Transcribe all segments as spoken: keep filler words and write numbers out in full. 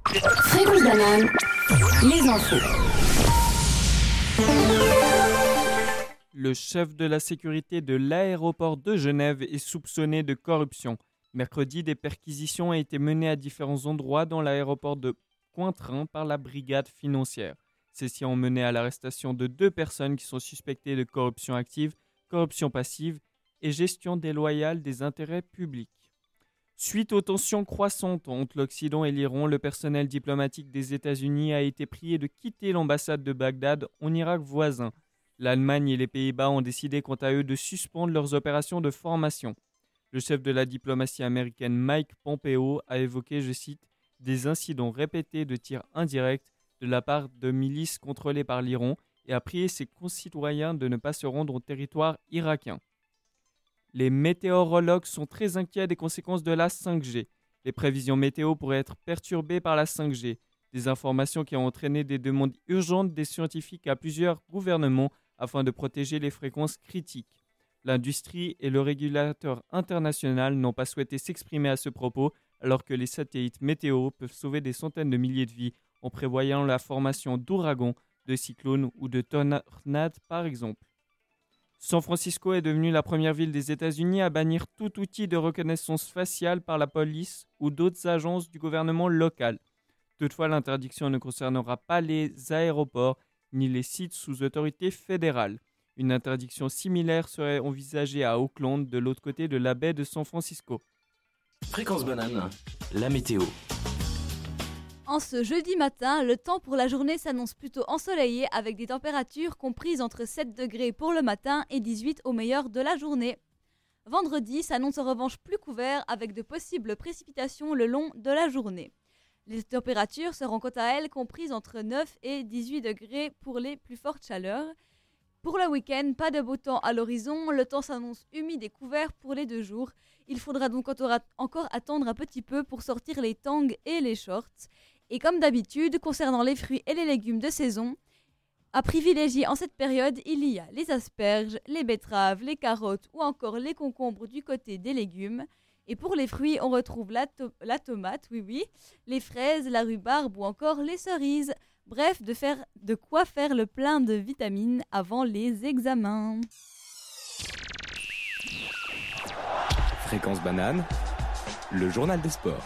Fréquence banane, les infos. Le chef de la sécurité de l'aéroport de Genève est soupçonné de corruption. Mercredi, des perquisitions ont été menées à différents endroits dans l'aéroport de Cointrin par la brigade financière. Celles-ci ont mené à l'arrestation de deux personnes qui sont suspectées de corruption active, corruption passive et gestion déloyale des intérêts publics. Suite aux tensions croissantes entre l'Occident et l'Iran, le personnel diplomatique des États-Unis a été prié de quitter l'ambassade de Bagdad en Irak voisin. L'Allemagne et les Pays-Bas ont décidé quant à eux de suspendre leurs opérations de formation. Le chef de la diplomatie américaine Mike Pompeo a évoqué, je cite, « des incidents répétés de tirs indirects de la part de milices contrôlées par l'Iran et a prié ses concitoyens de ne pas se rendre au territoire irakien. » Les météorologues sont très inquiets des conséquences de la cinq G. Les prévisions météo pourraient être perturbées par la cinq G. Des informations qui ont entraîné des demandes urgentes des scientifiques à plusieurs gouvernements afin de protéger les fréquences critiques. L'industrie et le régulateur international n'ont pas souhaité s'exprimer à ce propos, alors que les satellites météo peuvent sauver des centaines de milliers de vies en prévoyant la formation d'ouragans, de cyclones ou de tornades par exemple. San Francisco est devenue la première ville des États-Unis à bannir tout outil de reconnaissance faciale par la police ou d'autres agences du gouvernement local. Toutefois, l'interdiction ne concernera pas les aéroports ni les sites sous autorité fédérale. Une interdiction similaire serait envisagée à Oakland, de l'autre côté de la baie de San Francisco. Fréquence banane, la météo. En ce jeudi matin, le temps pour la journée s'annonce plutôt ensoleillé avec des températures comprises entre sept degrés pour le matin et dix-huit au meilleur de la journée. Vendredi s'annonce en revanche plus couvert avec de possibles précipitations le long de la journée. Les températures seront quant à elles comprises entre neuf et dix-huit degrés pour les plus fortes chaleurs. Pour le week-end, pas de beau temps à l'horizon, le temps s'annonce humide et couvert pour les deux jours. Il faudra donc encore attendre un petit peu pour sortir les tangs et les shorts. Et comme d'habitude, concernant les fruits et les légumes de saison, à privilégier en cette période, il y a les asperges, les betteraves, les carottes ou encore les concombres du côté des légumes. Et pour les fruits, on retrouve la, to- la tomate, oui oui, les fraises, la rhubarbe ou encore les cerises. Bref, de, faire, de quoi faire le plein de vitamines avant les examens. Fréquence banane, le journal des sports.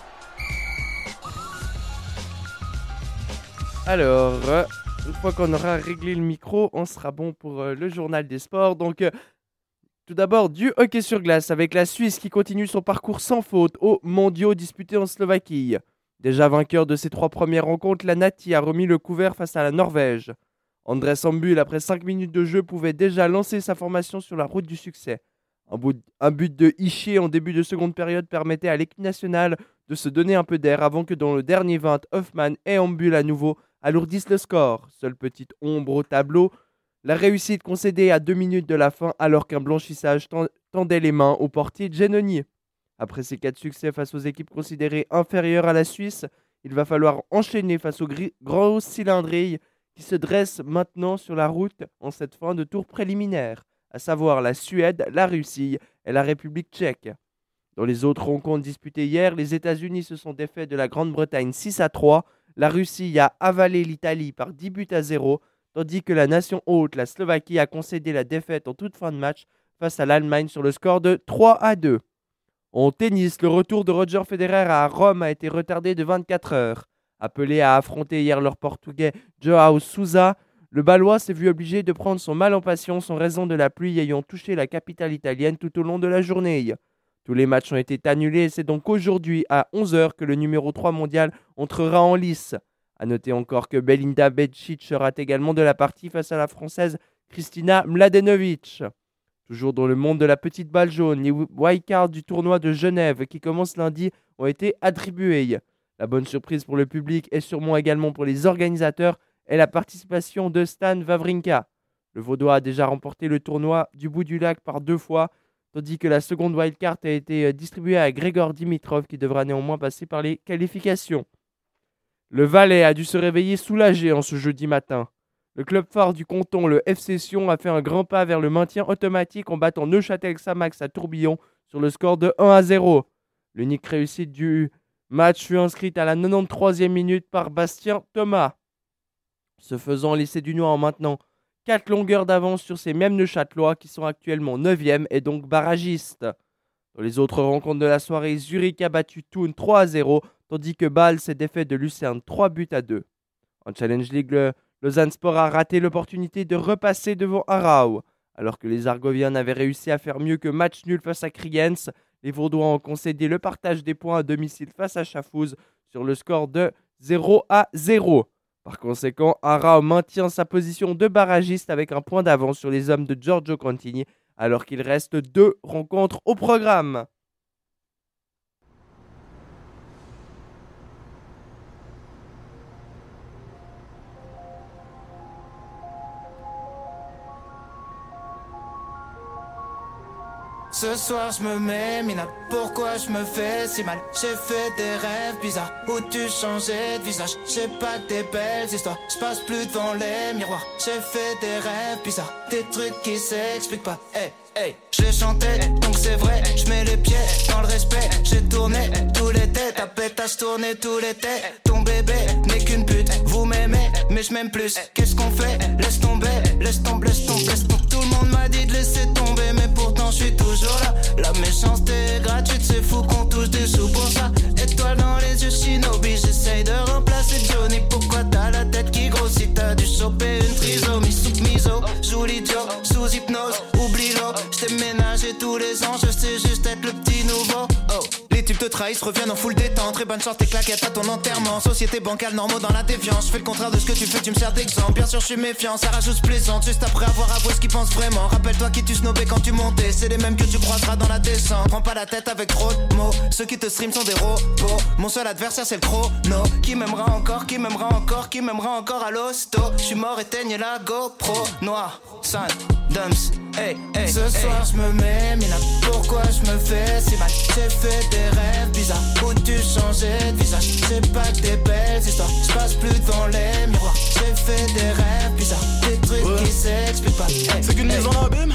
Alors, euh, une fois qu'on aura réglé le micro, on sera bon pour euh, le journal des sports. Donc, euh, tout d'abord, du hockey sur glace avec la Suisse qui continue son parcours sans faute aux mondiaux disputés en Slovaquie. Déjà vainqueur de ses trois premières rencontres, la Nati a remis le couvert face à la Norvège. Andrés Ambul, après cinq minutes de jeu, pouvait déjà lancer sa formation sur la route du succès. Un, bout, un but de Ishii en début de seconde période permettait à l'équipe nationale de se donner un peu d'air avant que dans le dernier vingt, Hoffman et Ambul à nouveau alourdissent le score. Seule petite ombre au tableau, la réussite concédée à deux minutes de la fin alors qu'un blanchissage tendait les mains au portier Giannoni. Après ces quatre succès face aux équipes considérées inférieures à la Suisse, il va falloir enchaîner face aux gris- grosses cylindrilles qui se dressent maintenant sur la route en cette fin de tour préliminaire, à savoir la Suède, la Russie et la République tchèque. Dans les autres rencontres disputées hier, les États-Unis se sont défaits de la Grande-Bretagne six à trois, la Russie a avalé l'Italie par dix buts à zéro, tandis que la nation hôte, la Slovaquie, a concédé la défaite en toute fin de match face à l'Allemagne sur le score de trois à deux. En tennis, le retour de Roger Federer à Rome a été retardé de vingt-quatre heures. Appelé à affronter hier leur portugais João Sousa, le Balois s'est vu obligé de prendre son mal en patience en raison de la pluie ayant touché la capitale italienne tout au long de la journée. Tous les matchs ont été annulés et c'est donc aujourd'hui à onze heures que le numéro trois mondial entrera en lice. A noter encore que Belinda Bencic rate également de la partie face à la Française Kristina Mladenovic. Toujours dans le monde de la petite balle jaune, les wildcards du tournoi de Genève qui commence lundi ont été attribués. La bonne surprise pour le public et sûrement également pour les organisateurs est la participation de Stan Wawrinka. Le Vaudois a déjà remporté le tournoi du bout du lac par deux fois, tandis que la seconde wildcard a été distribuée à Grégor Dimitrov qui devra néanmoins passer par les qualifications. Le Valais a dû se réveiller soulagé en ce jeudi matin. Le club phare du canton, le F C Sion, a fait un grand pas vers le maintien automatique en battant Neuchâtel Xamax à Tourbillon sur le score de un à zéro. L'unique réussite du Match fut inscrit à la quatre-vingt-treizième minute par Bastien Thomas. Ce faisant, les Sédunois en maintenant quatre longueurs d'avance sur ces mêmes Neuchâtelois qui sont actuellement neuvième et donc barragistes. Dans les autres rencontres de la soirée, Zurich a battu Thun trois à zéro, tandis que Bâle s'est défait de Lucerne trois buts à deux. En Challenge League, le Lausanne Sport a raté l'opportunité de repasser devant Aarau. Alors que les Argoviens avaient réussi à faire mieux que match nul face à Kriens, les Vaudois ont concédé le partage des points à domicile face à Chafouz sur le score de zéro à zéro. Par conséquent, Aarau maintient sa position de barragiste avec un point d'avance sur les hommes de Giorgio Contini, alors qu'il reste deux rencontres au programme. Ce soir je me mets mina, pourquoi je me fais si mal? J'ai fait des rêves bizarres où tu changeais de visage. J'ai pas que des belles histoires, je passe plus devant les miroirs. J'ai fait des rêves bizarres, des trucs qui s'expliquent pas. Hey, hey, je les chantais, donc c'est vrai. Je mets les pieds dans le respect. J'ai tourné tout l'été, ta pétasse tournée tout l'été. Ton bébé n'est qu'une pute, vous m'aimez, mais je m'aime plus. Qu'est-ce qu'on fait? Laisse tomber, laisse tomber, laisse tomber, laisse tomber. Tout le monde m'a dit de laisser tomber, mais pourtant je suis toujours là. La méchanceté est gratuite, c'est fou qu'on touche des sous pour ça. Étoile dans les yeux, Shinobi, j'essaye de remplacer Johnny. Pourquoi t'as la tête qui grossit? T'as dû choper une trisomie. Sous miso, joue l'idiot, sous hypnose, oublie-le. J't'ai ménagé tous les ans, je sais juste être le petit nouveau. Oh. Les types te trahissent, reviennent en full détente. Très bonne chance, tes claquettes à ton enterrement. Société bancale, normaux dans la déviance. Je fais le contraire de ce que tu fais, tu me sers d'exemple. Bien sûr, je suis méfiant, ça rajoute plaisante. Juste après avoir avoué ce qu'ils pensent vraiment. Rappelle-toi qui tu snobais quand tu montais. C'est les mêmes que tu croiseras dans la descente. Prends pas la tête avec trop de mots. Ceux qui te stream sont des robots. Mon seul adversaire, c'est le chrono. Qui m'aimera encore, qui m'aimera encore, qui m'aimera encore à l'hosto. Je suis mort, éteigne la GoPro. Noir, sun, dumps, hey, hey. Ce hey. Soir, je me mets mina. Pourquoi je me fais si mal? J'ai fait des rêves bizarres où tu changeais de visage. J'ai pas que des belles histoires, je passe plus devant les miroirs. J'ai fait des rêves bizarres, des trucs ouais. qui s'expliquent pas. Hey, c'est qu'une hey. mise en abîme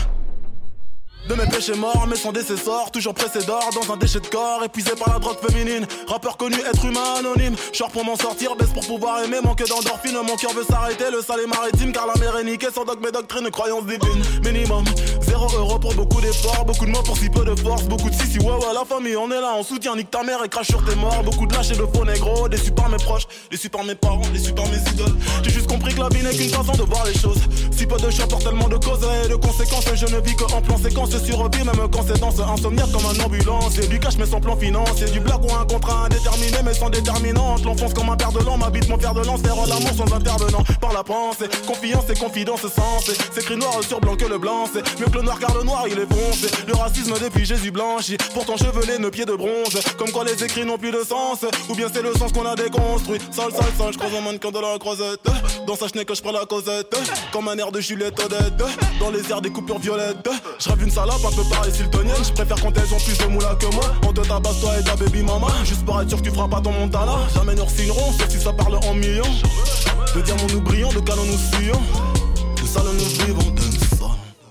de mes péchés morts, mais sans décessor, toujours pressé d'or dans un déchet de corps, épuisé par la drogue féminine. Rappeur connu, être humain anonyme. Short pour m'en sortir, baisse pour pouvoir aimer, manque d'endorphine. Mon cœur veut s'arrêter, le sale est maritime, car la mer est niquée sans dogme et doctrine, croyance divine. Minimum, zéro euro pour beaucoup d'efforts, beaucoup de mots pour si peu de force, beaucoup de si si ouais ouais la famille, on est là, on soutient, nique ta mère et crache sur tes morts. Beaucoup de lâches et de faux négros, déçus par mes proches, déçus par mes parents, déçus par mes idoles. J'ai juste compris que la vie n'est qu'une façon de voir les choses. Si peu de choix pour tellement de causes et de conséquences, je ne vis que en plan séquence. Survie même quand c'est dans ce insomniaque comme un ambulance. C'est du cash mais sans plan financier, du blague ou un contrat indéterminé mais sans déterminante. L'enfonce comme un père de l'an, m'habite mon fer de lance. Faire l'amour sans intervenant par la pensée. Confiance et confidence sensée. C'est écrit noir sur blanc que le blanc. C'est mieux que le noir car le noir il est foncé. Le racisme depuis Jésus blanchi, pourtant chevelé nos pieds de bronze. Comme quoi les écrits n'ont plus de sens, ou bien c'est le sens qu'on a déconstruit. Sale sale sale, je croise un mannequin de la croisette. Dans sa chenille que je prends la causette. Comme un air de Juliette Odette. Dans les airs des coupures violettes. Je rêve une salope un peu pareil siltonienne. Je préfère quand elles ont plus de moula que moi. On te tabasse toi et ta baby mama. Juste pour être sûr que tu feras pas ton montana. Jamais nous signerons, sauf si ça parle en millions. De diamants nous brillons, de canons nous fuyons. De salons nous vivons, de son,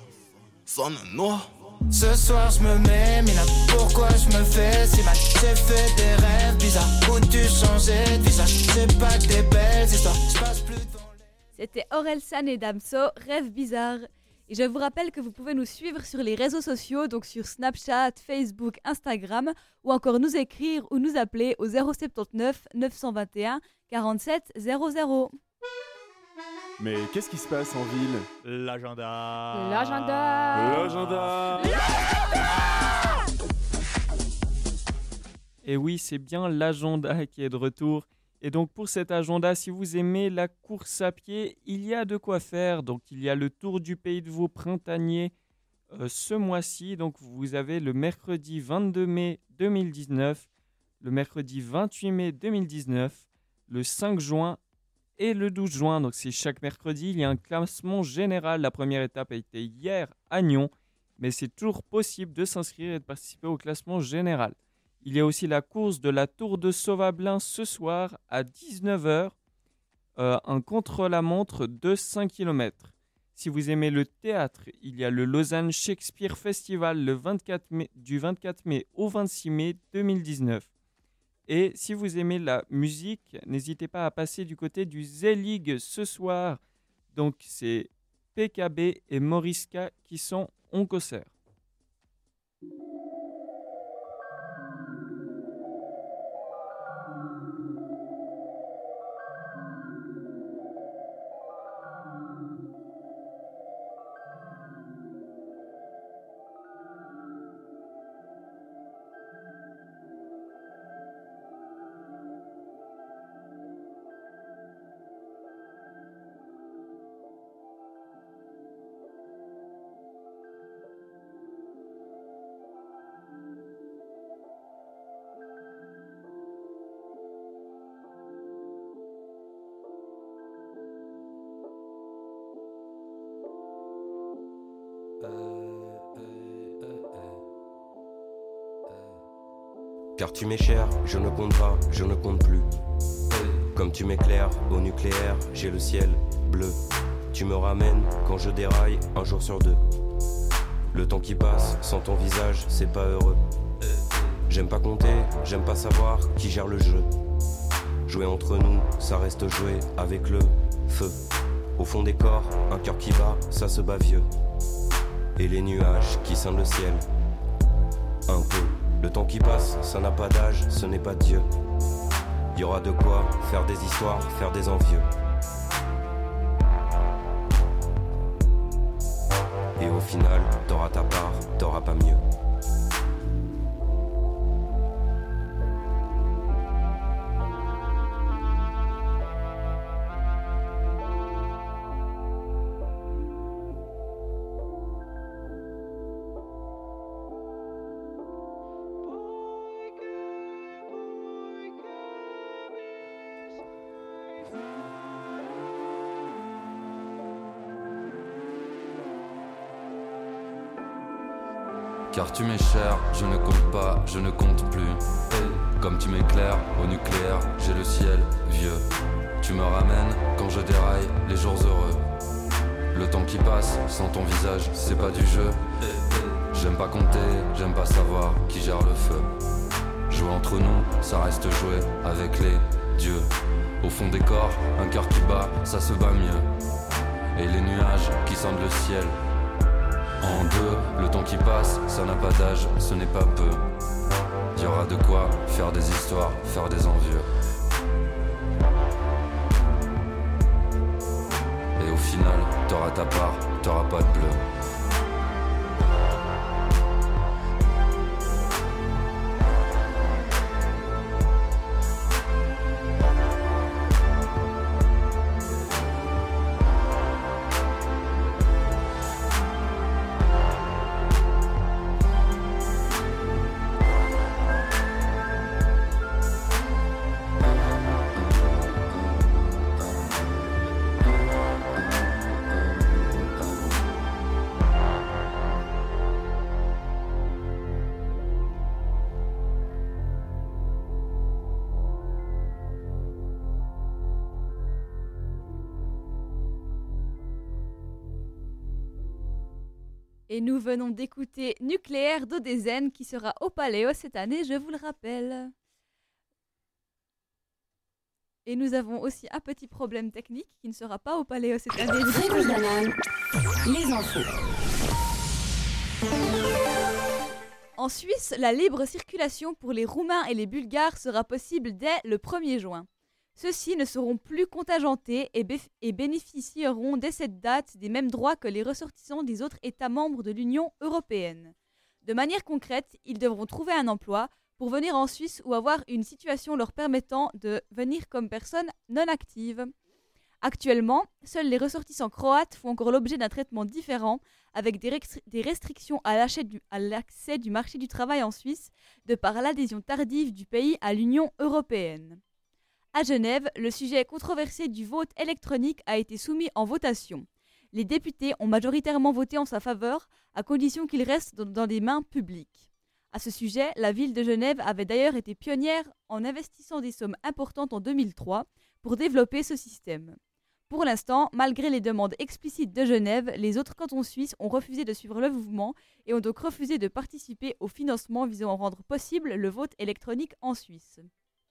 son noir. Ce soir je me mets mina, pourquoi je me fais si mal? J'ai fait des rêves bizarres où tu changeais de visage. J'ai pas que des belles histoires, je passe plus devant les... C'était Orelsan et Damso, Rêves bizarres. Et je vous rappelle que vous pouvez nous suivre sur les réseaux sociaux, donc sur Snapchat, Facebook, Instagram, ou encore nous écrire ou nous appeler au zéro soixante-neuf neuf cent vingt et un quarante-sept zéro zéro. Mais qu'est-ce qui se passe en ville? L'agenda. L'agenda. L'agenda. Et oui, c'est bien l'agenda qui est de retour. Et donc pour cet agenda, si vous aimez la course à pied, il y a de quoi faire. Donc il y a le Tour du Pays de Vaud printanier euh, ce mois-ci. Donc vous avez le mercredi vingt-deux mai deux mille dix-neuf, le mercredi vingt-huit mai deux mille dix-neuf, le cinq juin et le douze juin. Donc c'est chaque mercredi, il y a un classement général. La première étape a été hier à Nyon, mais c'est toujours possible de s'inscrire et de participer au classement général. Il y a aussi la course de la Tour de Sauvablin ce soir à dix-neuf heures, euh, un contre-la-montre de cinq kilomètres. Si vous aimez le théâtre, il y a le Lausanne Shakespeare Festival le vingt-quatre mai, du vingt-quatre mai au vingt-six mai deux mille dix-neuf. Et si vous aimez la musique, n'hésitez pas à passer du côté du Z-League ce soir. Donc c'est P K B et Moriska qui sont en concert. Car tu m'es cher, je ne compte pas, je ne compte plus. Comme tu m'éclaires au nucléaire, j'ai le ciel bleu. Tu me ramènes quand je déraille, un jour sur deux. Le temps qui passe, sans ton visage, c'est pas heureux. J'aime pas compter, j'aime pas savoir qui gère le jeu. Jouer entre nous, ça reste jouer avec le feu. Au fond des corps, un cœur qui bat, ça se bat vieux. Et les nuages qui scindent le ciel, un peu. Le temps qui passe, ça n'a pas d'âge, ce n'est pas Dieu. Y aura de quoi faire des histoires, faire des envieux. Et au final, t'auras ta part, t'auras pas mieux. Car tu m'es cher, je ne compte pas, je ne compte plus. Comme tu m'éclaires au nucléaire, j'ai le ciel vieux. Tu me ramènes quand je déraille, les jours heureux. Le temps qui passe, sans ton visage, c'est pas du jeu. J'aime pas compter, j'aime pas savoir qui gère le feu. Jouer entre nous, ça reste jouer avec les dieux. Au fond des corps, un cœur qui bat, ça se bat mieux. Et les nuages qui scindent le ciel en deux, le temps qui passe, ça n'a pas d'âge, ce n'est pas peu. Y aura de quoi faire des histoires, faire des envieux. Et au final, t'auras ta part, t'auras pas de bleu. Et nous venons d'écouter Nucléaire d'Odezen qui sera au Paléo cette année, je vous le rappelle. Et nous avons aussi un petit problème technique qui ne sera pas au Paléo cette année. Fréquence banane, les infos. En Suisse, la libre circulation pour les Roumains et les Bulgares sera possible dès le premier juin. Ceux-ci ne seront plus contingentés et, béf- et bénéficieront dès cette date des mêmes droits que les ressortissants des autres États membres de l'Union européenne. De manière concrète, ils devront trouver un emploi pour venir en Suisse ou avoir une situation leur permettant de venir comme personnes non actives. Actuellement, seuls les ressortissants croates font encore l'objet d'un traitement différent avec des, restri- des restrictions à, l'achat du- à l'accès du marché du travail en Suisse de par l'adhésion tardive du pays à l'Union européenne. À Genève, le sujet controversé du vote électronique a été soumis en votation. Les députés ont majoritairement voté en sa faveur, à condition qu'il reste dans, dans des mains publiques. À ce sujet, la ville de Genève avait d'ailleurs été pionnière en investissant des sommes importantes en deux mille trois pour développer ce système. Pour l'instant, malgré les demandes explicites de Genève, les autres cantons suisses ont refusé de suivre le mouvement et ont donc refusé de participer au financement visant à rendre possible le vote électronique en Suisse.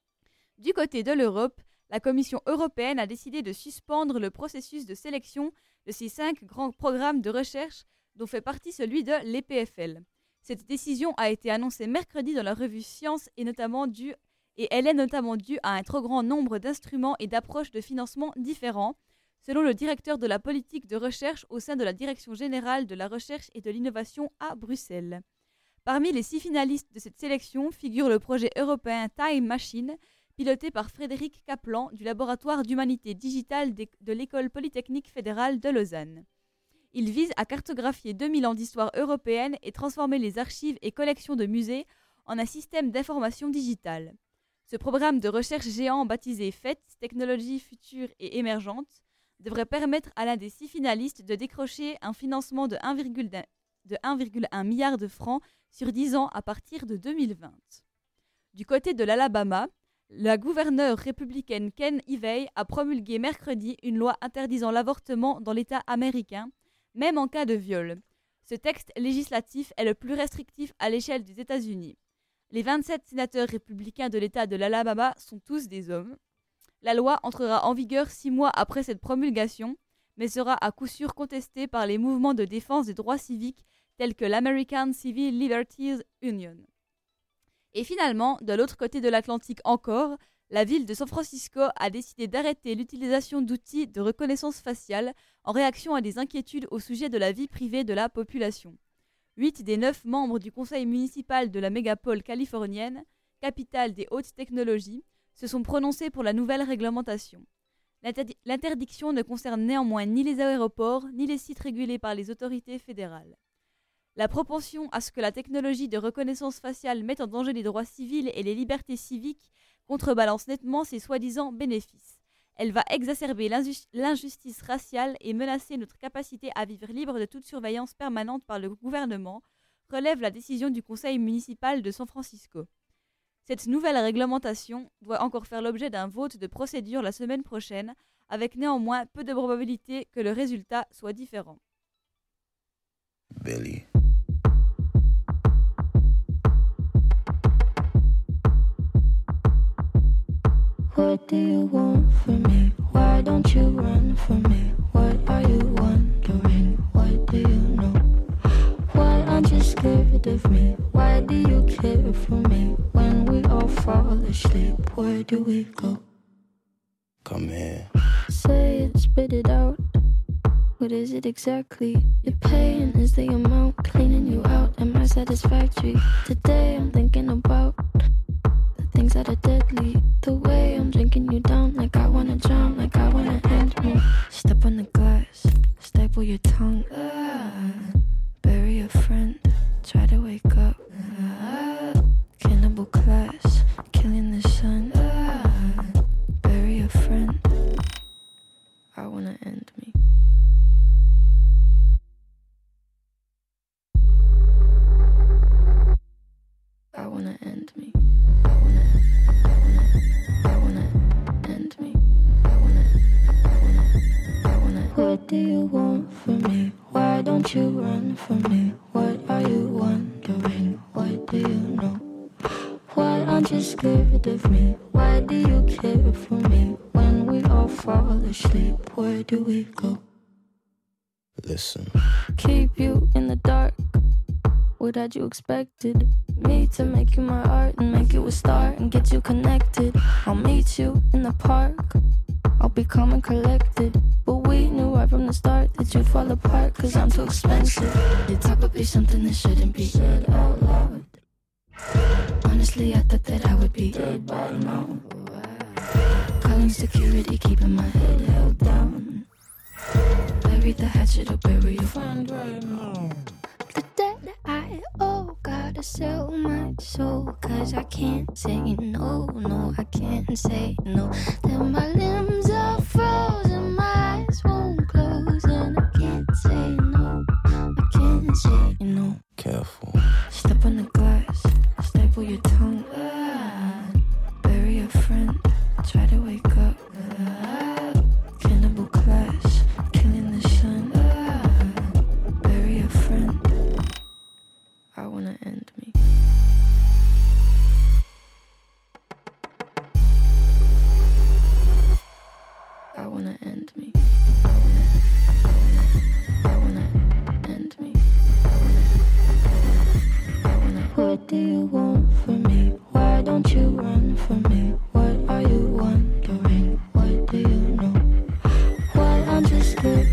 Du côté de l'Europe, la Commission européenne a décidé de suspendre le processus de sélection de ces cinq grands programmes de recherche dont fait partie celui de l'E P F L. Cette décision a été annoncée mercredi dans la revue Science et, notamment due, et elle est notamment due à un trop grand nombre d'instruments et d'approches de financement différents, selon le directeur de la politique de recherche au sein de la Direction générale de la recherche et de l'innovation à Bruxelles. Parmi les six finalistes de cette sélection figure le projet européen Time Machine, piloté par Frédéric Kaplan du laboratoire d'humanité digitale de l'École polytechnique fédérale de Lausanne. Il vise à cartographier deux mille ans d'histoire européenne et transformer les archives et collections de musées en un système d'information digitale. Ce programme de recherche géant baptisé F E T, Technologies futures et émergentes, devrait permettre à l'un des six finalistes de décrocher un financement de un virgule un milliard de francs sur dix ans à partir de deux mille vingt. Du côté de l'Alabama, la gouverneure républicaine Ken Ivey a promulgué mercredi une loi interdisant l'avortement dans l'État américain, même en cas de viol. Ce texte législatif est le plus restrictif à l'échelle des États-Unis. Les vingt-sept sénateurs républicains de l'État de l'Alabama sont tous des hommes. La loi entrera en vigueur six mois après cette promulgation, mais sera à coup sûr contestée par les mouvements de défense des droits civiques tels que l'American Civil Liberties Union. Et finalement, de l'autre côté de l'Atlantique encore, la ville de San Francisco a décidé d'arrêter l'utilisation d'outils de reconnaissance faciale en réaction à des inquiétudes au sujet de la vie privée de la population. Huit des neuf membres du conseil municipal de la mégapole californienne, capitale des hautes technologies, se sont prononcés pour la nouvelle réglementation. L'interdi- l'interdiction ne concerne néanmoins ni les aéroports, ni les sites régulés par les autorités fédérales. La propension à ce que la technologie de reconnaissance faciale mette en danger les droits civils et les libertés civiques contrebalance nettement ses soi-disant bénéfices. Elle va exacerber l'inju- l'injustice raciale et menacer notre capacité à vivre libre de toute surveillance permanente par le gouvernement, relève la décision du conseil municipal de San Francisco. Cette nouvelle réglementation doit encore faire l'objet d'un vote de procédure la semaine prochaine, avec néanmoins peu de probabilité que le résultat soit différent. Billy. What do you want from me? Why don't you run from me? What are you wondering? What do you know? Why aren't you scared of me? Why do you care for me? When we all fall asleep, where do we go? Come here. Say it, spit it out. What is it exactly? Your pain is the amount cleaning you out. Am I satisfactory? Today I'm thinking about the things that are deadly. The way I'm drinking you down, like I wanna drown, like I wanna end me. Step on the glass, staple your tongue. Ah, bury a friend, try to wake up. Ah, cannibal class, killing the sun. Ah, bury a friend. I wanna end me. I wanna end me. I wanna, I wanna, I wanna end me. I wanna, I wanna, I wanna. What do you want from me? Why don't you run from me? What are you wondering? What do you know? Why aren't you scared of me? Why do you care for me? When we all fall asleep, where do we go? Listen. Keep you in the dark. What had you expected? Me to make you my art and make you a star and get you connected. I'll meet you in the park. I'll be calm and collected. But we knew right from the start that you'd fall apart, cause I'm too expensive. Your talk would be something that shouldn't be said out loud. Honestly, I thought that I would be dead by now. Calling security, keeping my head held down. Bury the hatchet or bury your friend right now. The debt I owe, gotta sell my soul. Cause I can't say no, no, I can't say no. Then my limbs are frozen, my eyes won't close. And I can't say no, I can't say no. Careful. Step on the glass, staple your tongue. Ah, bury a friend, try to wake up. Ah, cannibal class, killing the sun. Ah, bury a friend. I wanna end me.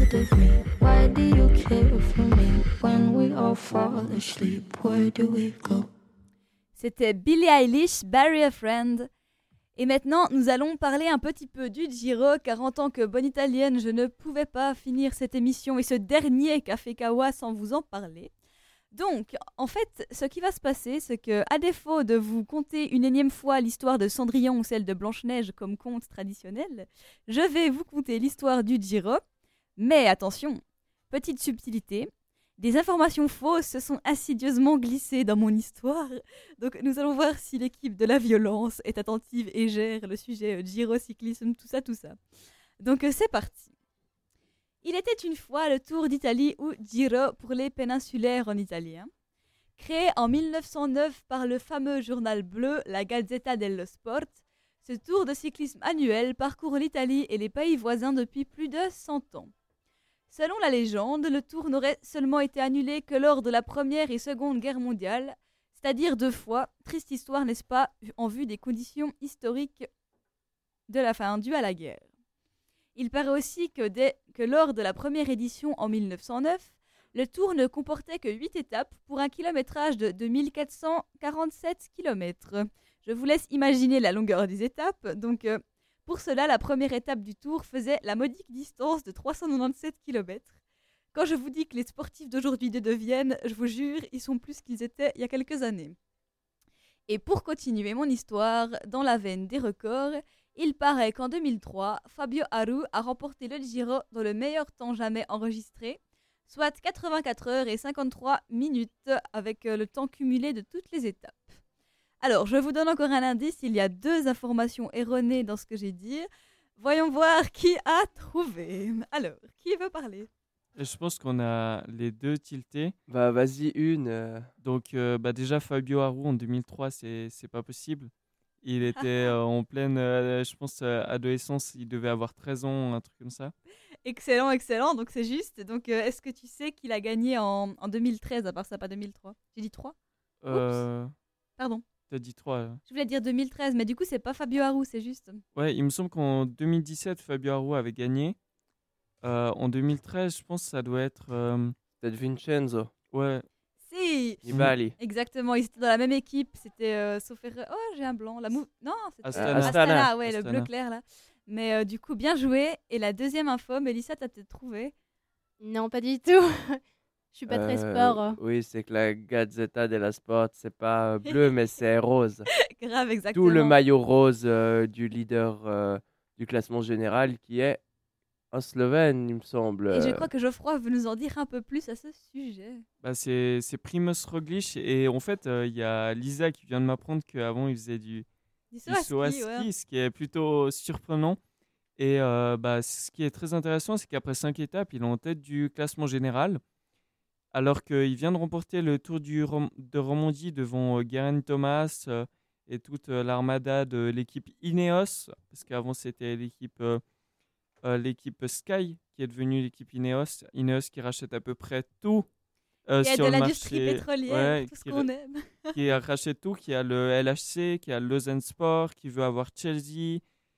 scared of me? Why do you care for me? When we all fall asleep, where do we go? C'était Billie Eilish, Bury a Friend. Et maintenant, nous allons parler un petit peu du Giro, car en tant que bonne italienne, je ne pouvais pas finir cette émission et ce dernier Café Kawa sans vous en parler. Donc, en fait, ce qui va se passer, c'est que, à défaut de vous conter une énième fois l'histoire de Cendrillon ou celle de Blanche-Neige comme conte traditionnel, je vais vous conter l'histoire du Giro. Mais attention, petite subtilité, des informations fausses se sont insidieusement glissées dans mon histoire. Donc, nous allons voir si l'équipe de la violence est attentive et gère le sujet euh, Giro, cyclisme, tout ça, tout ça. Donc, euh, c'est parti. Il était une fois le Tour d'Italie ou Giro pour les péninsulaires en italien. Créé en mille neuf cent neuf par le fameux journal bleu, la Gazzetta dello Sport, ce tour de cyclisme annuel parcourt l'Italie et les pays voisins depuis plus de cent ans. Selon la légende, le tour n'aurait seulement été annulé que lors de la Première et Seconde Guerre mondiale, c'est-à-dire deux fois, triste histoire n'est-ce pas, en vue des conditions historiques de la fin dues à la guerre. Il paraît aussi que, dès, que lors de la première édition en mille neuf cent neuf, le tour ne comportait que huit étapes pour un kilométrage de deux mille quatre cent quarante-sept kilomètres. Je vous laisse imaginer la longueur des étapes. Donc, euh, pour cela, la première étape du tour faisait la modique distance de trois cent quatre-vingt-dix-sept kilomètres. Quand je vous dis que les sportifs d'aujourd'hui le deviennent, je vous jure, ils sont plus qu'ils étaient il y a quelques années. Et pour continuer mon histoire, dans la veine des records, il paraît qu'en deux mille trois, Fabio Aru a remporté le Giro dans le meilleur temps jamais enregistré, soit quatre-vingt-quatre heures et cinquante-trois minutes avec le temps cumulé de toutes les étapes. Alors, je vous donne encore un indice, il y a deux informations erronées dans ce que j'ai dit. Voyons voir qui a trouvé. Alors, qui veut parler ? Je pense qu'on a les deux tiltés. Bah, vas-y, une. euh. Donc, euh, bah, déjà, Fabio Aru en deux mille trois, c'est, c'est pas possible. Il était euh, en pleine, euh, je pense, euh, adolescence. Il devait avoir treize ans, un truc comme ça. Excellent, excellent. Donc, c'est juste. Donc, euh, est-ce que tu sais qu'il a gagné en, en deux mille treize, à part ça, pas deux mille trois ? J'ai dit trois ? Euh, Pardon. T'as dit trois. Là. Je voulais dire deux mille treize, mais du coup, c'est pas Fabio Aru, c'est juste. Ouais, il me semble qu'en deux mille dix-sept, Fabio Aru avait gagné. Euh, en deux mille treize, je pense que ça doit être... Euh... Peut-être Vincenzo. Ouais. Si. Nibali. Exactement, ils étaient dans la même équipe. C'était euh, sauf erreur. Oh, j'ai un blanc. La mou... Non, c'était Astana. Astana, Astana. ouais, Astana. le bleu clair là. Mais euh, du coup, bien joué. Et la deuxième info, Mélissa, t'as peut-être trouvé. Non, pas du tout. Je suis pas très Euh, sport. Oui, c'est que la Gazzetta dello Sport, c'est pas euh, bleu, mais c'est rose. Grave, exactement. Tout le maillot rose euh, du leader euh, du classement général qui est un Slovène, il me semble. Et je crois que Geoffroy veut nous en dire un peu plus à ce sujet. Bah, c'est, c'est Primoz Roglic. Et en fait, il euh, y a Lisa qui vient de m'apprendre qu'avant, il faisait du, Du du saut à ski, saut à ski, ouais. ce qui est plutôt surprenant. Et euh, bah, ce qui est très intéressant, c'est qu'après cinq étapes, il est en tête du classement général. Alors qu'il vient de remporter le Tour du Rom- de Romandie devant euh, Geraint Thomas euh, et toute euh, l'armada de l'équipe Ineos, parce qu'avant c'était l'équipe, euh, euh, l'équipe Sky qui est devenue l'équipe Ineos. Ineos qui rachète à peu près tout euh, Il y a sur de le l'industrie marché. pétrolière, Ouais, tout ce qui qu'on ra- aime. qui rachète tout, qui a le L H C, qui a Lausanne Sport, qui veut avoir Chelsea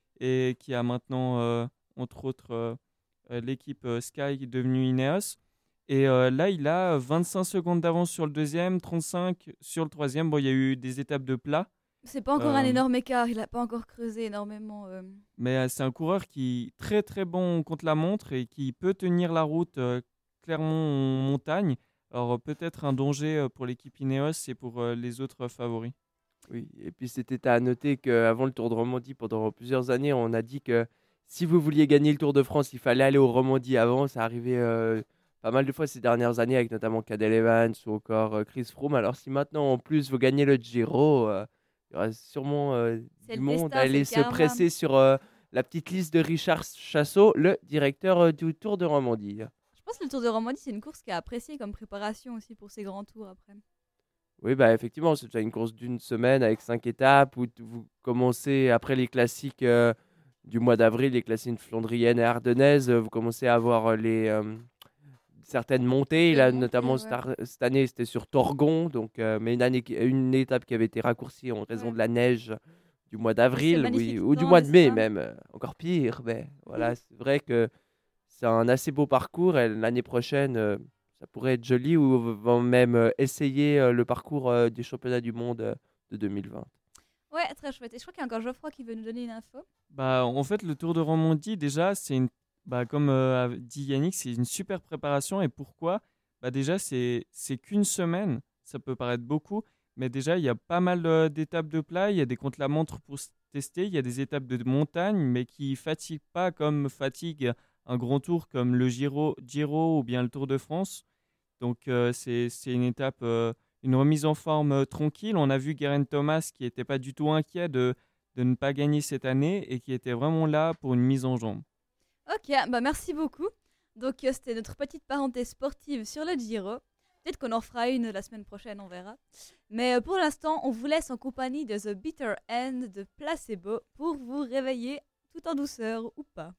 et qui a maintenant, euh, entre autres, euh, euh, l'équipe euh, Sky qui est devenue Ineos. Et euh, là, il a vingt-cinq secondes d'avance sur le deuxième, trente-cinq sur le troisième. Bon, il y a eu des étapes de plat. C'est pas encore un Euh, énorme écart, il a pas encore creusé énormément. euh. Mais euh, c'est un coureur qui est très très bon contre la montre et qui peut tenir la route euh, clairement en montagne. Alors euh, peut-être un danger euh, pour l'équipe Ineos et pour euh, les autres favoris. Oui, et puis c'était à noter qu'avant le Tour de Romandie, pendant plusieurs années, on a dit que si vous vouliez gagner le Tour de France, il fallait aller au Romandie avant. Ça arrivait euh, pas mal de fois ces dernières années, avec notamment Cadel Evans ou encore euh, Chris Froome. Alors si maintenant, en plus, vous gagnez le Giro, euh, il y aura sûrement euh, C'est du le monde destin, à aller c'est le se karma. presser sur euh, la petite liste de Richard Chassot, le directeur euh, du Tour de Romandie. Je pense que le Tour de Romandie, c'est une course qui est appréciée comme préparation aussi pour ces grands tours après. Oui, bah effectivement, c'est déjà une course d'une semaine avec cinq étapes où t- vous commencez après les classiques euh, du mois d'avril, les classiques flandriennes et ardennaises, euh, vous commencez à avoir euh, les euh, certaines montées. Les Là, montées, notamment ouais. star- cette année, c'était sur Torgon, donc euh, mais une année, qui- une étape qui avait été raccourcie en raison Ouais. de la neige du mois d'avril, oui, magnifique ou du temps, mois de n'est-ce mai pas même, euh, encore pire. Mais voilà, c'est vrai que c'est un assez beau parcours. Et l'année prochaine, euh, ça pourrait être joli ou vont même euh, essayer euh, le parcours euh, des championnats du monde euh, de deux mille vingt. Ouais, très chouette. Et je crois qu'il y a encore Geoffroy qui veut nous donner une info. Bah, en fait, le Tour de Romandie, déjà, c'est une, bah, comme euh, a dit Yannick, c'est une super préparation. Et pourquoi? Bah, déjà, c'est, c'est qu'une semaine. Ça peut paraître beaucoup, mais déjà, il y a pas mal euh, d'étapes de plat. Il y a des contre-la-montre pour se tester. Il y a des étapes de montagne, mais qui fatiguent pas comme fatigue un grand tour comme le Giro, Giro ou bien le Tour de France. Donc, euh, c'est, c'est une étape... Euh, une remise en forme euh, tranquille. On a vu Geraint Thomas qui n'était pas du tout inquiet de, de ne pas gagner cette année et qui était vraiment là pour une mise en jambe. Ok, bah merci beaucoup. Donc euh, c'était notre petite parenthèse sportive sur le Giro. Peut-être qu'on en fera une la semaine prochaine, on verra. Mais euh, pour l'instant, on vous laisse en compagnie de The Bitter End de Placebo pour vous réveiller tout en douceur ou pas.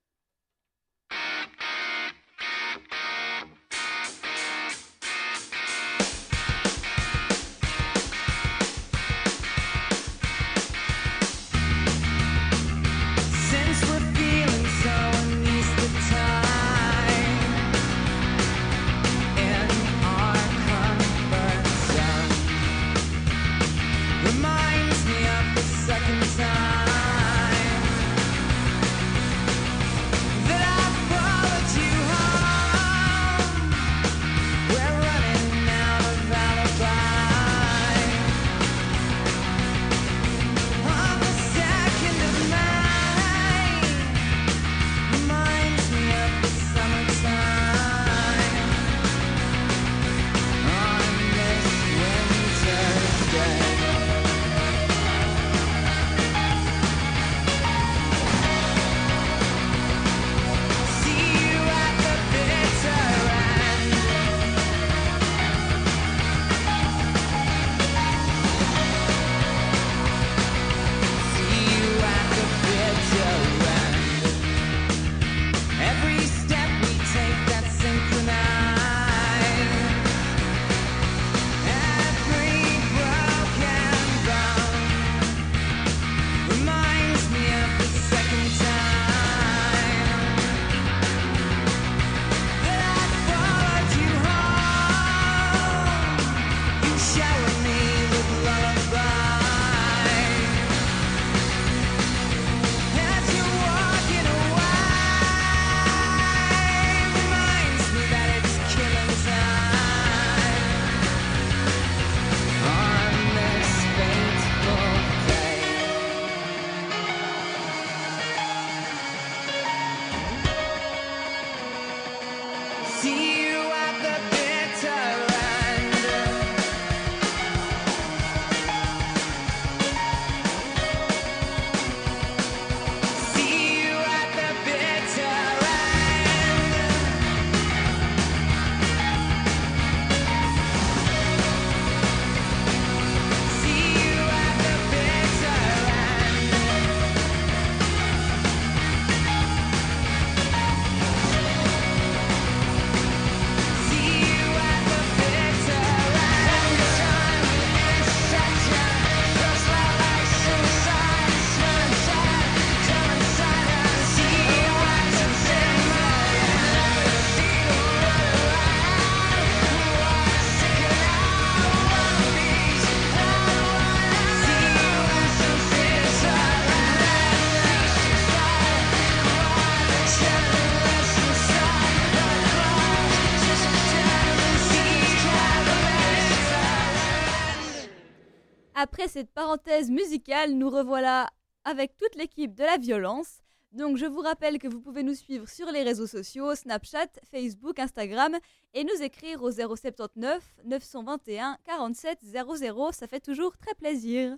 Après cette parenthèse musicale, nous revoilà avec toute l'équipe de la violence. Donc je vous rappelle que vous pouvez nous suivre sur les réseaux sociaux, Snapchat, Facebook, Instagram et nous écrire au zéro sept neuf neuf deux un quarante-sept zéro zéro, ça fait toujours très plaisir.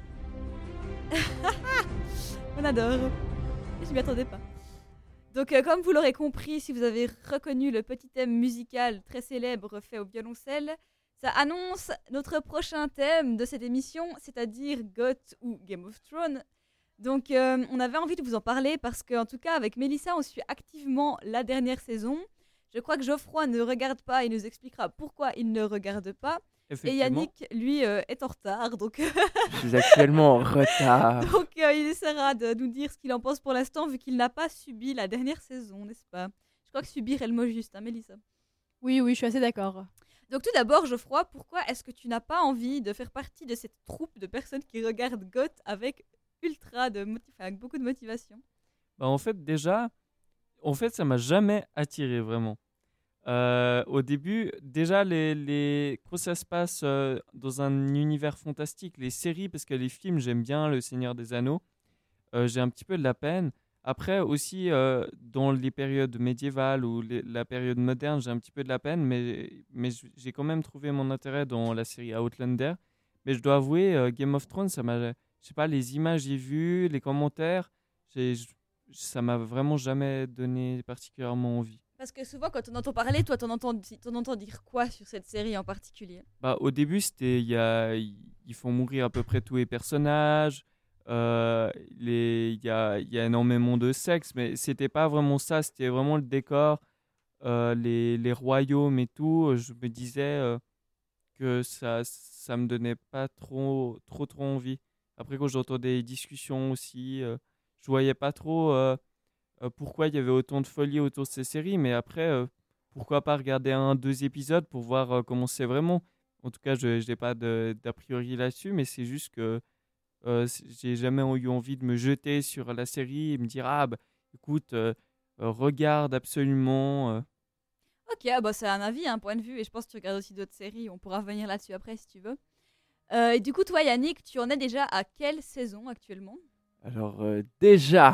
On adore. Je m'y attendais pas. Donc euh, comme vous l'aurez compris, si vous avez reconnu le petit thème musical très célèbre fait au violoncelle, ça annonce notre prochain thème de cette émission, c'est-à-dire G O T ou Game of Thrones. Donc euh, on avait envie de vous en parler parce qu'en tout cas avec Mélissa on suit activement la dernière saison. Je crois que Geoffroy ne regarde pas et nous expliquera pourquoi il ne regarde pas. Et Yannick, lui, euh, est en retard, donc... Je suis actuellement en retard. Donc euh, il essaiera de nous dire ce qu'il en pense pour l'instant, vu qu'il n'a pas subi la dernière saison, n'est-ce pas? Je crois que subir est le mot juste, hein, Mélissa? Oui, oui, je suis assez d'accord. Donc tout d'abord, Geoffroy, pourquoi est-ce que tu n'as pas envie de faire partie de cette troupe de personnes qui regardent G O T avec ultra de motiv- enfin, avec beaucoup de motivation? Bah, en fait, déjà, en fait, ça m'a jamais attiré vraiment. Euh, au début, déjà, les, les... quand ça se passe euh, dans un univers fantastique, les séries, parce que les films, j'aime bien Le Seigneur des Anneaux, euh, j'ai un petit peu de la peine. Après, aussi, euh, dans les périodes médiévales ou les- la période moderne, j'ai un petit peu de la peine, mais, mais j- j'ai quand même trouvé mon intérêt dans la série Outlander. Mais je dois avouer, euh, Game of Thrones, ça m'a, je sais pas, les images que j'ai vues, les commentaires, j'ai, j- ça m'a vraiment jamais donné particulièrement envie. Parce que souvent, quand on entend parler, toi, t'en entends, t'en entends dire quoi sur cette série en particulier? Bah, au début, c'était, il y a, ils font mourir à peu près tous les personnages. euh, les, il y a, il y a énormément de sexe, mais c'était pas vraiment ça. C'était vraiment le décor, euh, les, les royaumes et tout. Je me disais euh, que ça, ça me donnait pas trop, trop, trop envie. Après, quand j'entendais des discussions aussi, euh, je voyais pas trop euh, euh, pourquoi il y avait autant de folie autour de ces séries. Mais après, euh, pourquoi pas regarder un, deux épisodes pour voir euh, comment c'est vraiment. En tout cas, je n'ai pas de- d'a priori là-dessus, mais c'est juste que euh, c- j'ai jamais eu envie de me jeter sur la série et me dire ah bah écoute euh, euh, regarde absolument. euh. Ok, ah bah c'est un avis, un point de vue, et je pense que tu regardes aussi d'autres séries, on pourra revenir là-dessus après si tu veux. Euh, et du coup, toi Yannick, tu en es déjà à quelle saison actuellement? Alors euh, déjà,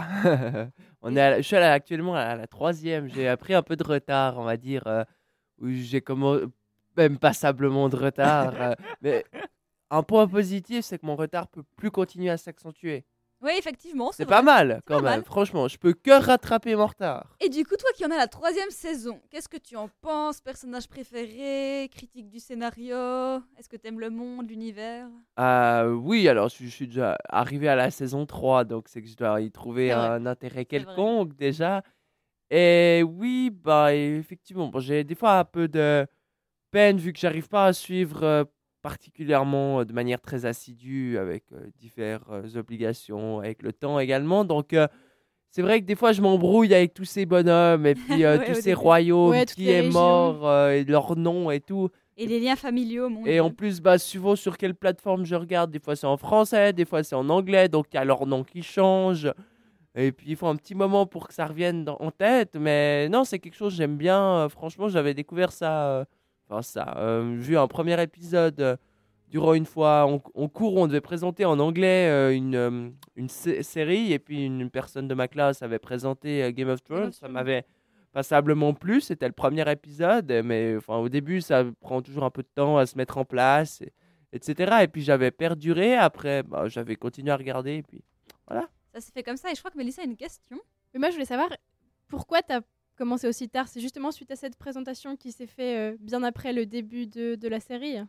on est à la- je suis à la- actuellement à la troisième. J'ai pris un peu de retard, on va dire, euh, où j'ai comment même passablement de retard. euh, mais un point positif, c'est que mon retard peut plus continuer à s'accentuer. Oui, effectivement, c'est C'est pas vrai. mal C'est quand pas même. mal. Franchement, je peux que rattraper mon retard. Et du coup, toi qui en as la troisième saison, qu'est-ce que tu en penses? Personnage préféré? Critique du scénario? Est-ce que t'aimes le monde, l'univers? Euh, oui, alors je, je suis déjà arrivé à la saison trois, donc c'est que je dois y trouver C'est vrai. un intérêt C'est vrai. quelconque déjà. Et oui, bah effectivement, bon, j'ai des fois un peu de peine vu que j'arrive pas à suivre euh, particulièrement euh, de manière très assidue avec euh, diverses obligations, avec le temps également. Donc euh, c'est vrai que des fois je m'embrouille avec tous ces bonhommes et puis euh, Ouais, tous au ces début. royaumes, Ouais, toutes qui les est régions. mort euh, et leurs noms et tout. Et les liens familiaux, mon Et Dieu. en plus, bah, suivant sur quelle plateforme je regarde, des fois c'est en français, des fois c'est en anglais, donc il y a leur nom qui change. Et puis il faut un petit moment pour que ça revienne dans- en tête. Mais non, c'est quelque chose que j'aime bien. Euh, franchement, j'avais découvert ça. euh, Enfin, ça. euh, vu un premier épisode euh, durant une fois en, en cours, on devait présenter en anglais euh, une, euh, une sé- série. Et puis une personne de ma classe avait présenté euh, Game of Thrones. Ça m'avait passablement plu. C'était le premier épisode. Mais enfin, au début, ça prend toujours un peu de temps à se mettre en place, et- etc. Et puis j'avais perduré. Après, bah, j'avais continué à regarder. Et puis voilà. Ça s'est fait comme ça, et je crois que Mélissa a une question. Mais moi, je voulais savoir pourquoi tu as commencé aussi tard. C'est justement suite à cette présentation qui s'est fait euh, bien après le début de, de la série.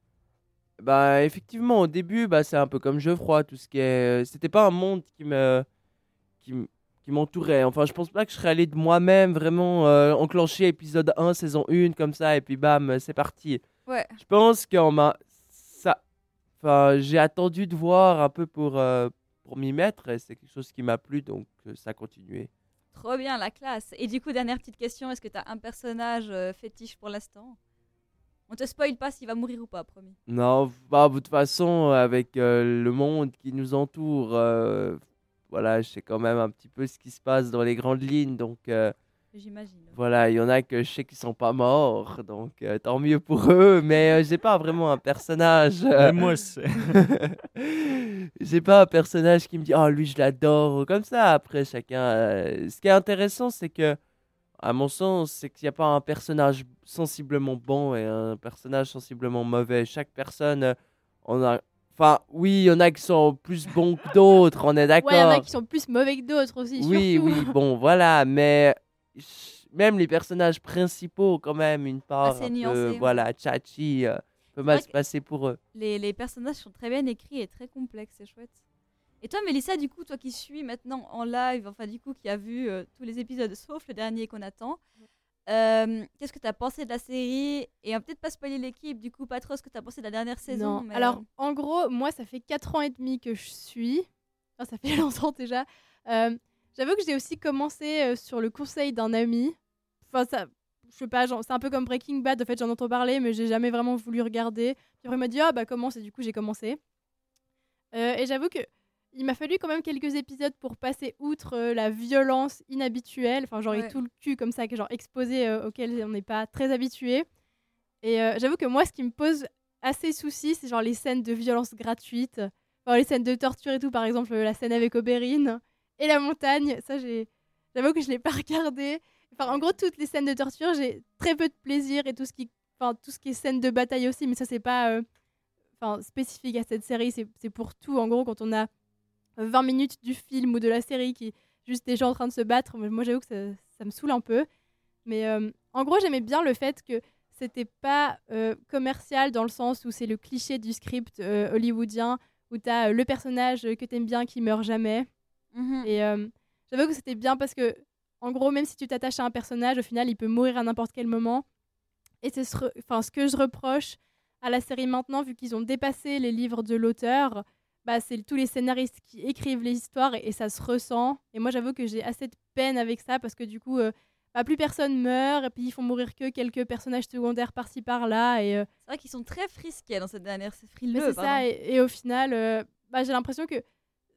Bah effectivement au début bah c'est un peu comme Geoffroy, tout ce qui est c'était pas un monde qui me qui, m- qui m'entourait. Enfin je pense pas que je serais allé de moi-même vraiment euh, enclencher épisode un saison un comme ça et puis bam c'est parti. Ouais. Je pense qu'on m'a ça enfin j'ai attendu de voir un peu pour euh, pour m'y mettre et c'est quelque chose qui m'a plu donc euh, ça a continué. Trop bien, la classe. Et du coup, dernière petite question, est-ce que t'as un personnage euh, fétiche pour l'instant? On te spoil pas s'il va mourir ou pas, promis. Non, bah, de toute façon, avec euh, le monde qui nous entoure, euh, voilà, je sais quand même un petit peu ce qui se passe dans les grandes lignes. Donc, euh, J'imagine. voilà, il y en a que je sais qu'ils sont pas morts, donc euh, tant mieux pour eux. Mais euh, j'ai pas vraiment un personnage. euh, Mais moi, c'est- j'ai pas un personnage qui me dit, oh, lui, je l'adore, ou comme ça. Après, chacun. euh, Ce qui est intéressant, c'est que, à mon sens, c'est qu'il n'y a pas un personnage sensiblement bon et un personnage sensiblement mauvais. Chaque personne, euh, on a. Enfin, oui, il y en a qui sont plus bons que d'autres, on est d'accord. Ouais, il y en a qui sont plus mauvais que d'autres aussi. Oui, surtout. oui, bon, voilà, mais ch- même les personnages principaux, quand même, une part Assez un peu, nuancés, ouais. voilà, tchatchi, euh, peut mal vrai se que- passer pour eux. Les, les personnages sont très bien écrits et très complexes, c'est chouette. Et toi, Mélissa, du coup, toi qui suis maintenant en live, enfin, du coup, qui a vu euh, tous les épisodes sauf le dernier qu'on attend, Euh, qu'est-ce que tu as pensé de la série? Et on va peut-être pas spoiler l'équipe, du coup, pas trop ce que tu as pensé de la dernière saison. Non. Mais Alors, euh, en gros, moi, ça fait quatre ans et demi que je suis. Enfin, ça fait longtemps déjà. Euh, J'avoue que j'ai aussi commencé euh, sur le conseil d'un ami. Enfin, ça, je sais pas, genre, c'est un peu comme Breaking Bad. En fait, j'en entends parler, mais j'ai jamais vraiment voulu regarder. Puis après, il m'a dit, ah bah commence, et du coup, j'ai commencé. Euh, et j'avoue que il m'a fallu quand même quelques épisodes pour passer outre euh, la violence inhabituelle, enfin genre Ouais. et tout le cul comme ça, que genre exposé euh, auquel on n'est pas très habitué. Et euh, j'avoue que moi, ce qui me pose assez souci, c'est genre les scènes de violence gratuite, enfin, les scènes de torture et tout, par exemple la scène avec Oberyn et la montagne. Ça, j'ai, j'avoue que je l'ai pas regardé. Enfin, en gros, toutes les scènes de torture, j'ai très peu de plaisir et tout ce qui, enfin tout ce qui est scène de bataille aussi, mais ça c'est pas, euh, enfin spécifique à cette série, c'est c'est pour tout. En gros, quand on a vingt minutes du film ou de la série qui juste des gens en train de se battre, moi j'avoue que ça, ça me saoule un peu. Mais euh, en gros, j'aimais bien le fait que c'était pas euh, commercial dans le sens où c'est le cliché du script euh, hollywoodien où t'as euh, le personnage que t'aimes bien qui meurt jamais. mhm. Et euh, j'avoue que c'était bien parce que en gros, même si tu t'attaches à un personnage, au final il peut mourir à n'importe quel moment. Et c'est ce, re- enfin, ce que je reproche à la série maintenant, vu qu'ils ont dépassé les livres de l'auteur, bah, c'est tous les scénaristes qui écrivent les histoires et, et ça se ressent. Et moi, j'avoue que j'ai assez de peine avec ça parce que du coup, euh, bah, plus personne meurt et puis ils font mourir que quelques personnages secondaires par-ci par-là. Et, euh, C'est vrai qu'ils sont très frisqués dans cette dernière. C'est mais frileux, c'est pardon. ça. Et, et au final, euh, bah, j'ai l'impression que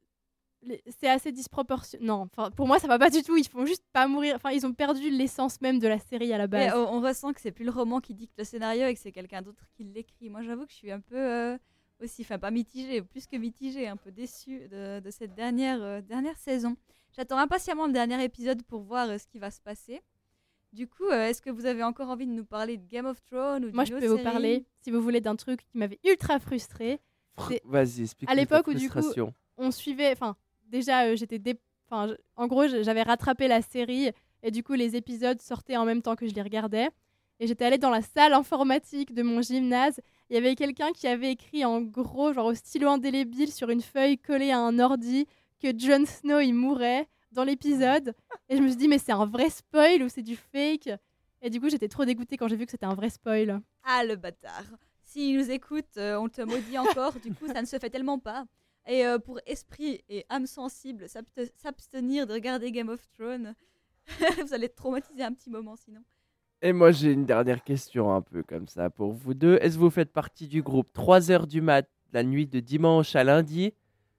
les- c'est assez disproportionné. Non, enfin, pour moi, ça va pas du tout. Ils font juste pas mourir. Enfin, ils ont perdu l'essence même de la série à la Mais base. on, on ressent que c'est plus le roman qui dicte le scénario et que c'est quelqu'un d'autre qui l'écrit. Moi, j'avoue que je suis un peu euh, aussi, enfin pas mitigée, plus que mitigée, un peu déçue de, de cette dernière, euh, dernière saison. J'attends impatiemment le dernier épisode pour voir euh, ce qui va se passer. Du coup, euh, est-ce que vous avez encore envie de nous parler de Game of Thrones ou Moi, d'une je autre peux vous série parler, si vous voulez, d'un truc qui m'avait ultra frustrée. C'est Vas-y, explique. à l'époque où du coup, on suivait. Enfin, déjà, euh, j'étais. Dé... Enfin, je- en gros, je- j'avais rattrapé la série et du coup, les épisodes sortaient en même temps que je les regardais. Et j'étais allée dans la salle informatique de mon gymnase. Il y avait quelqu'un qui avait écrit en gros, genre au stylo indélébile sur une feuille collée à un ordi, que Jon Snow il mourait dans l'épisode. Et je me suis dit, mais c'est un vrai spoil ou c'est du fake? Et du coup, j'étais trop dégoûtée quand j'ai vu que c'était un vrai spoil. Ah, le bâtard. S'il nous écoute, euh, on te maudit encore. Du coup, ça ne se fait tellement pas. Et euh, pour esprit et âme sensible, s'abte- s'abstenir de regarder Game of Thrones, vous allez être traumatisé un petit moment sinon. Et moi, j'ai une dernière question un peu comme ça pour vous deux. Est-ce que vous faites partie du groupe trois heures du mat, la nuit de dimanche à lundi,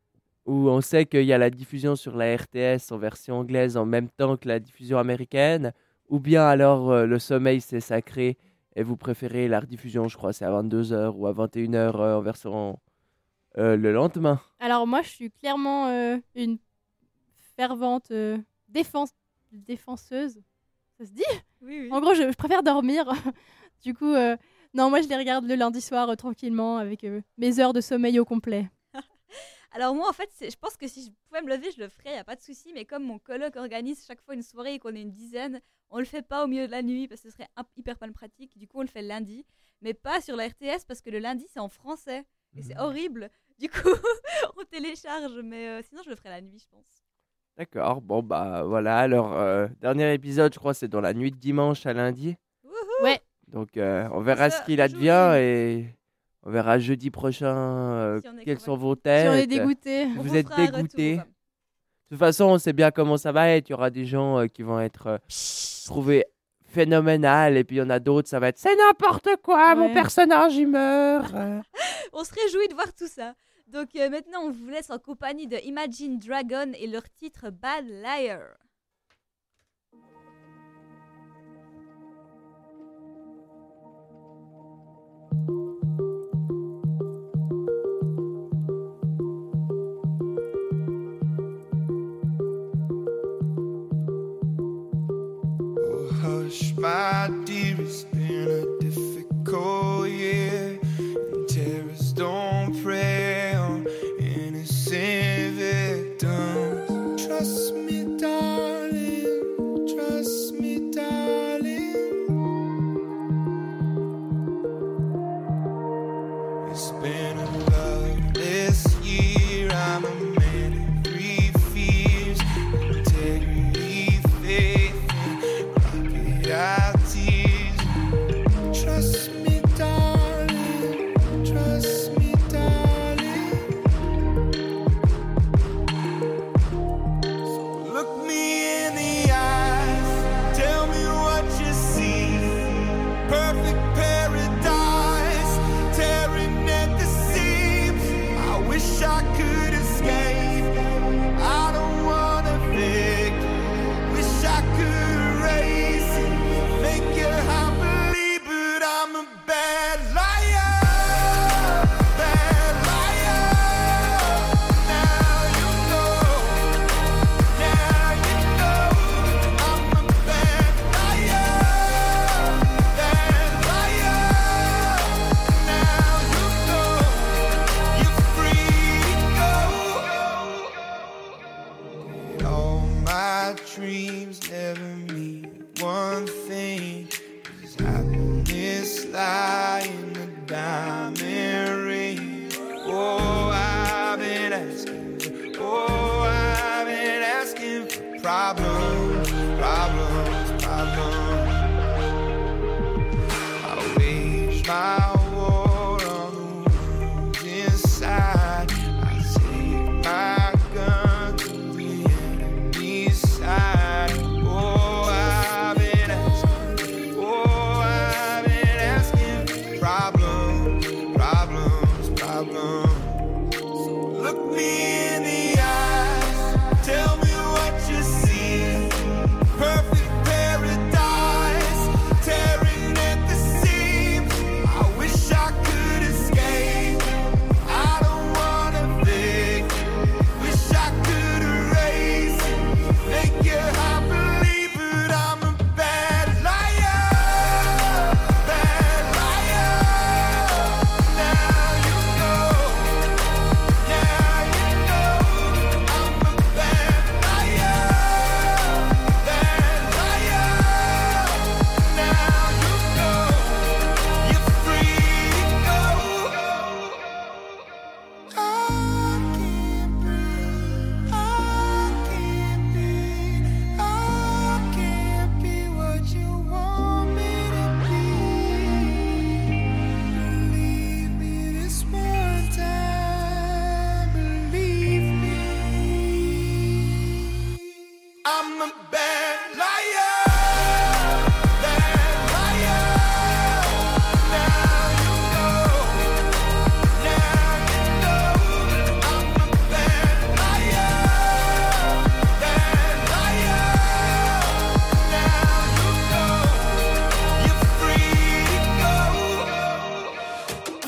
où on sait qu'il y a la diffusion sur la R T S en version anglaise en même temps que la diffusion américaine, ou bien alors euh, le sommeil c'est sacré et vous préférez la rediffusion, je crois c'est à vingt-deux heures ou à vingt et une heures euh, en version euh, le lendemain. Alors moi, je suis clairement euh, une fervente euh, défense... défenseuse. Ça se dit? Oui, oui. En gros, je, je préfère dormir. Du coup, euh, non, moi, je les regarde le lundi soir euh, tranquillement avec euh, mes heures de sommeil au complet. Alors moi, en fait, c'est- je pense que si je pouvais me lever, je le ferais, y a pas de souci. Mais comme mon coloc organise chaque fois une soirée et qu'on est une dizaine, on le fait pas au milieu de la nuit parce que ce serait un- hyper pas pratique. Du coup, on le fait le lundi, mais pas sur la R T S parce que le lundi, c'est en français. Et c'est horrible. Du coup, on télécharge. Mais euh, sinon, je le ferais la nuit, je pense. D'accord, bon bah voilà, alors euh, dernier épisode je crois c'est dans la nuit de dimanche à lundi. Ouais. Donc euh, on verra Ça, ce qu'il joue advient et on verra jeudi prochain euh, Si on est quelles sont convaincu. vos Si têtes. on est dégoûté. On Vous vous êtes fera un retour. dégoûtés. De toute façon, on sait bien comment ça va être. Il y aura des gens euh, qui vont être euh, trouvés phénoménal et puis il y en a d'autres, ça va être c'est n'importe quoi, mon Ouais. personnage il meurt. Euh, On se réjouit de voir tout ça. Donc euh, maintenant, on vous laisse en compagnie de Imagine Dragon et leur titre Bad Liar. Oh, hush, my dear, it's been a difficult year. And terrorists don't prey on innocent victims. Trust me, darling. Trust me, darling. It's been a loveless year. I'm a man of three fears. Integrity, faith, and rocket only one thing. Does happiness lie in the diamond ring? Oh, I've been asking, oh, I've been asking for problems, problems, problems. I wage my war on the wounds inside. I take my gun to the enemy's side. Oh, I've been asking, oh, I've been asking for problems, problems, problems. So look me in the eyes, tell me what you see. Perfect paradise, tearing at the seams. I wish I could escape. I don't wanna think. Wish I could erase it, make you happily, but I'm a bad liar, bad liar. Now you know, now you know, I'm a bad liar, bad liar. Now you know, you're free to go. I can't breathe, I can't be, I can't be what you want me to be. Believe me this one time, believe me. I'm a bad liar, bad liar. Now you know, now you know, I'm a bad liar, bad liar. Now you know, you're free to go.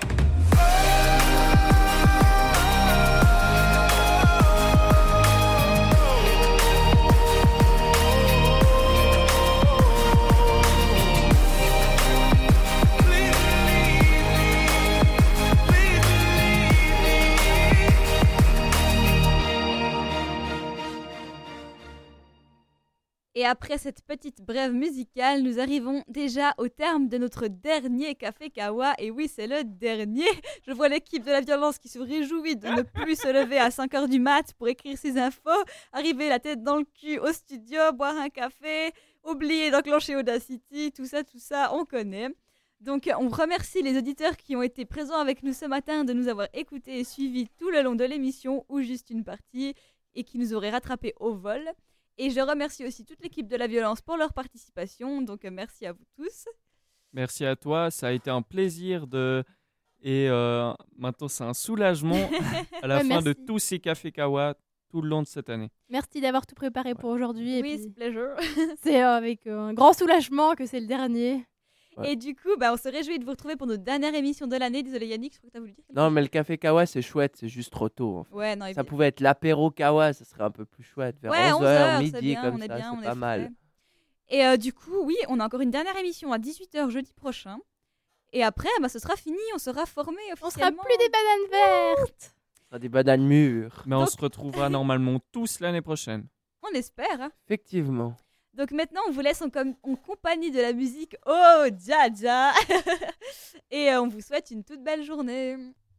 Et après cette petite brève musicale, nous arrivons déjà au terme de notre dernier Café Kawa. Et oui, c'est le dernier. Je vois l'équipe de la violence qui se réjouit de ne plus se lever à cinq heures du mat pour écrire ses infos, arriver la tête dans le cul au studio, boire un café, oublier d'enclencher Audacity, tout ça, tout ça, on connaît. Donc on remercie les auditeurs qui ont été présents avec nous ce matin de nous avoir écoutés et suivis tout le long de l'émission ou juste une partie et qui nous auraient rattrapés au vol. Et je remercie aussi toute l'équipe de la violence pour leur participation. Donc euh, merci à vous tous. Merci à toi, ça a été un plaisir de... Et euh, maintenant, c'est un soulagement à la Ouais, fin merci. de tous ces Café Kawa tout le long de cette année. Merci d'avoir tout préparé pour aujourd'hui. et Oui, puis c'est pleasure. C'est euh, avec euh, un grand soulagement que c'est le dernier. Ouais. Et du coup, bah, on se réjouit de vous retrouver pour notre dernière émission de l'année. Désolé Yannick, je crois que tu as voulu dire quelque Non, chose. mais le café Kawa, c'est chouette, c'est juste trop tôt. En fait. Ouais, non, et Ça puis- pouvait être l'apéro Kawa, ça serait un peu plus chouette. Vers Ouais, onze heures, c'est midi, bien, comme on est ça, bien, on c'est est pas mal. frais. Et euh, du coup, oui, on a encore une dernière émission à dix-huit heures jeudi prochain. Et après, bah, ce sera fini, on sera formé On sera officiellement. plus des bananes vertes. Ce sera des bananes mûres. Mais on Donc- se retrouvera normalement tous l'année prochaine. On espère. Hein. Effectivement. Donc maintenant, on vous laisse en, com- en compagnie de la musique Oh Dja Et euh, on vous souhaite une toute belle journée.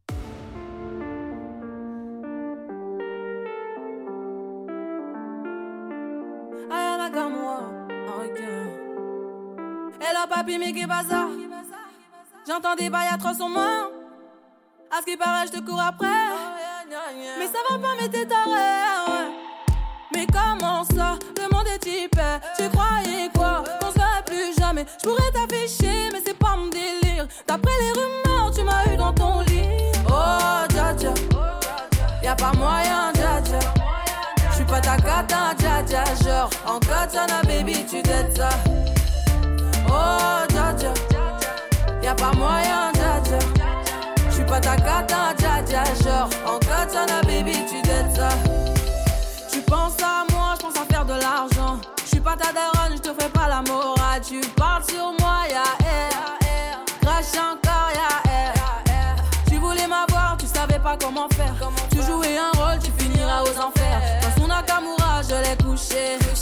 Aya Nakamura, ok. Hello papi, mais qu'est pas ça? J'entends des bails atroces sur moi. À ce qui paraît, je te cours après. Mais ça va pas, mais t'es taré, ouais. Mais comment ça? Le monde est typé. Tu croyais quoi? Qu'on se verrait plus jamais. Je pourrais t'afficher, mais c'est pas mon délire. D'après les rumeurs, tu m'as eu dans ton lit. Oh, dja dja. Y'a pas moyen, dja dja. J'suis pas ta cata, dja dja. Genre, en katana, baby, tu t'aides ça. Oh, dja dja. Y'a pas moyen, dja dja. J'suis pas ta cata, dja dja. Genre, en katana, baby, tu t'aides ça. Tu penses à moi, j'pense à faire de l'argent. J'suis pas ta daronne, j'te fais pas la morale. Tu parles sur moi, y'a air. Crash encore, y'a air. Tu voulais m'avoir, tu savais pas comment faire. Tu jouais un rôle, tu finiras aux enfers. Dans son Nakamura, je l'ai couché.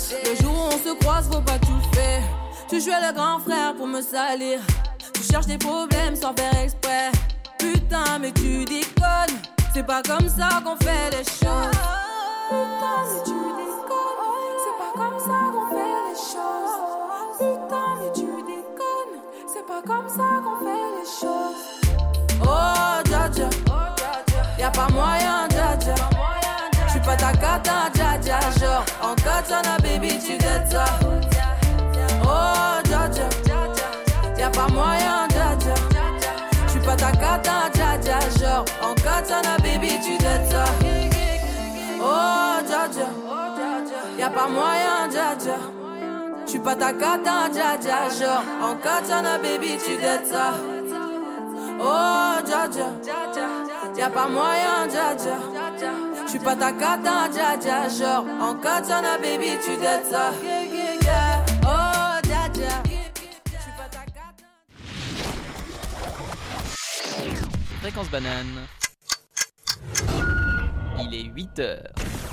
Le jour où on se croise, faut pas tout faire. Tu jouais le grand frère pour me salir. Tu cherches des problèmes sans faire exprès. Putain, mais tu déconnes. C'est pas comme ça qu'on fait les choses. Putain, mais tu déconnes. C'est pas comme ça qu'on fait les choses. Putain, mais tu déconnes. C'est pas comme ça qu'on fait les choses. Oh, dja dja. Y'a pas moyen, dja dja. J'suis pas ta cata, dja dja. Genre, en katana, baby, tu dettes ça. Oh, dja dja. Y'a pas moyen, dja dja. J'suis pas ta cata, dja dja. Genre, en katana, baby, tu dettes ça. Oh, dja dja. Y'a pas moyen, dja dja. J'suis pas ta cata, dja dja. Genre, en katana, baby, tu dettes ça. Oh, dja dja. Y'a pas moyen, dja dja. J'suis pas ta cata, dja dja. Genre, en katana, baby, tu dettes ça. Oh, dja dja. Fréquence banane. Il est huit heures.